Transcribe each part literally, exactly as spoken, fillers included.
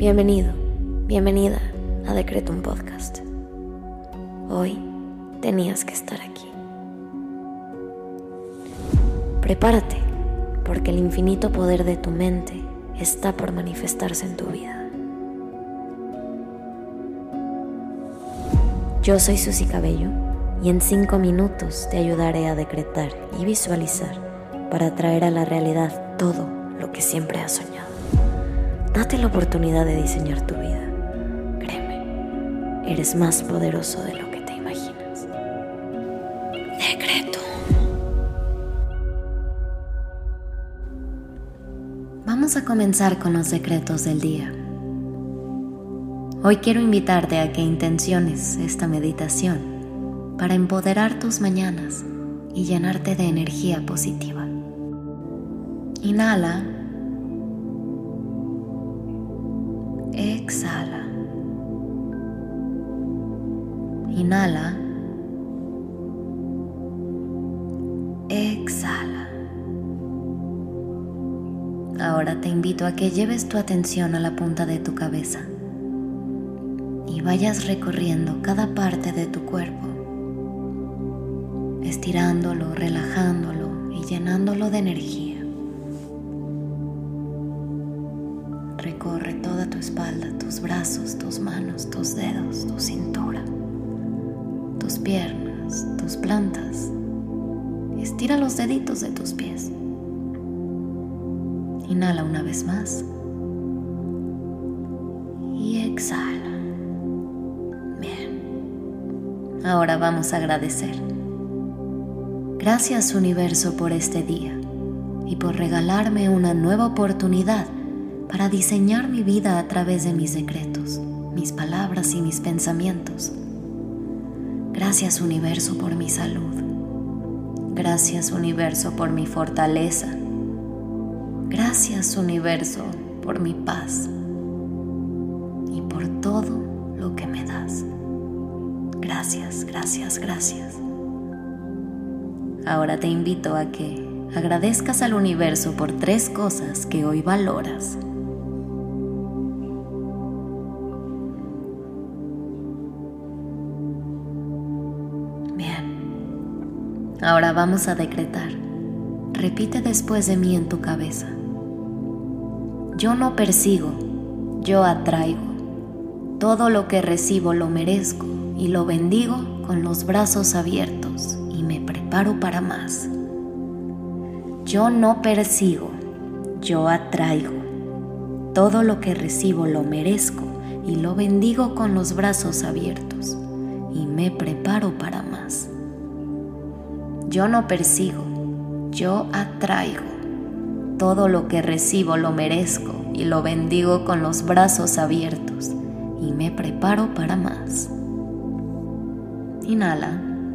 Bienvenido, bienvenida a Decretum Podcast. Hoy tenías que estar aquí. Prepárate, porque el infinito poder de tu mente está por manifestarse en tu vida. Yo soy Susi Cabello y en cinco minutos te ayudaré a decretar y visualizar para traer a la realidad todo lo que siempre has soñado. Date la oportunidad de diseñar tu vida. Créeme, eres más poderoso de lo que te imaginas. Decreto. Vamos a comenzar con los decretos del día. Hoy quiero invitarte a que intenciones esta meditación para empoderar tus mañanas y llenarte de energía positiva. Inhala. Exhala. Inhala. Exhala. Ahora te invito a que lleves tu atención a la punta de tu cabeza y vayas recorriendo cada parte de tu cuerpo, estirándolo, relajándolo y llenándolo de energía. Recorre toda tu espalda, tus brazos, tus manos, tus dedos, tu cintura, tus piernas, tus plantas. Estira los deditos de tus pies. Inhala una vez más. Y exhala. Bien. Ahora vamos a agradecer. Gracias, universo, por este día y por regalarme una nueva oportunidad para diseñar mi vida a través de mis decretos, mis palabras y mis pensamientos. Gracias, universo, por mi salud. Gracias, universo, por mi fortaleza. Gracias, universo, por mi paz y por todo lo que me das. Gracias, gracias, gracias. Ahora te invito a que agradezcas al universo por tres cosas que hoy valoras. Ahora vamos a decretar. Repite después de mí en tu cabeza. Yo no persigo, yo atraigo. Todo lo que recibo lo merezco y lo bendigo con los brazos abiertos y me preparo para más. Yo no persigo, yo atraigo. Todo lo que recibo lo merezco y lo bendigo con los brazos abiertos y me preparo para más. Yo no persigo, yo atraigo. Todo lo que recibo lo merezco y lo bendigo con los brazos abiertos y me preparo para más. Inhala.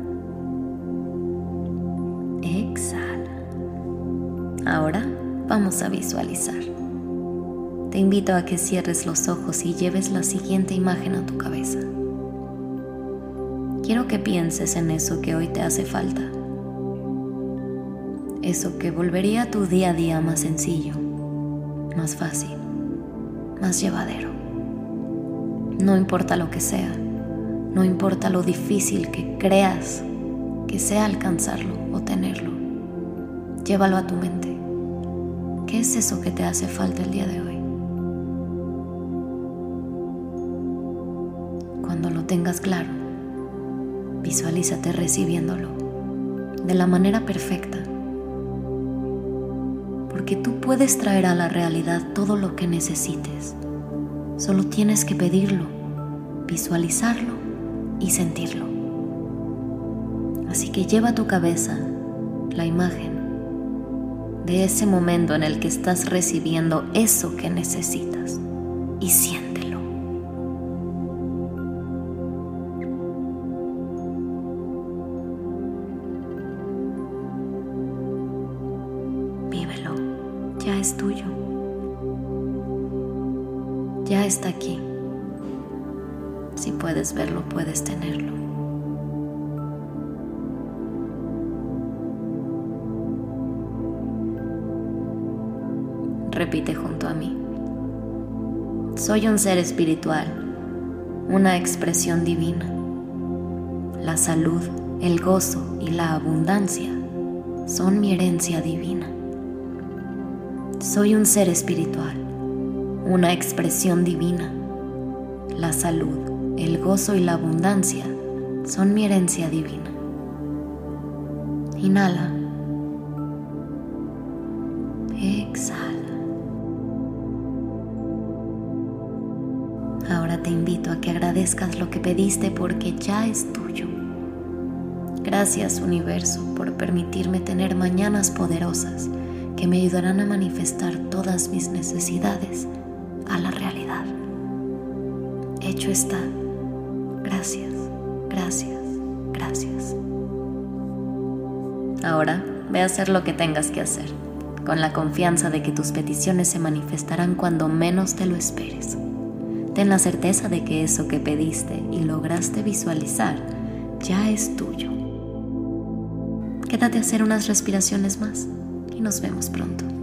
Exhala. Ahora vamos a visualizar. Te invito a que cierres los ojos y lleves la siguiente imagen a tu cabeza. Quiero que pienses en eso que hoy te hace falta. Eso que volvería tu día a día más sencillo, más fácil, más llevadero. No importa lo que sea, no importa lo difícil que creas que sea alcanzarlo o tenerlo, llévalo a tu mente. ¿Qué es eso que te hace falta el día de hoy? Cuando lo tengas claro, visualízate recibiéndolo de la manera perfecta. Porque tú puedes traer a la realidad todo lo que necesites. Solo tienes que pedirlo, visualizarlo y sentirlo. Así que lleva a tu cabeza la imagen de ese momento en el que estás recibiendo eso que necesitas y siéntelo. Ya es tuyo. Ya está aquí. Si puedes verlo, puedes tenerlo. Repite junto a mí. Soy un ser espiritual, una expresión divina. La salud, el gozo y la abundancia son mi herencia divina. Soy un ser espiritual, una expresión divina. La salud, el gozo y la abundancia son mi herencia divina. Inhala. Exhala. Ahora te invito a que agradezcas lo que pediste porque ya es tuyo. Gracias, universo, por permitirme tener mañanas poderosas que me ayudarán a manifestar todas mis necesidades a la realidad. Hecho está. Gracias, gracias, gracias. Ahora ve a hacer lo que tengas que hacer, con la confianza de que tus peticiones se manifestarán cuando menos te lo esperes. Ten la certeza de que eso que pediste y lograste visualizar ya es tuyo. Quédate a hacer unas respiraciones más y nos vemos pronto.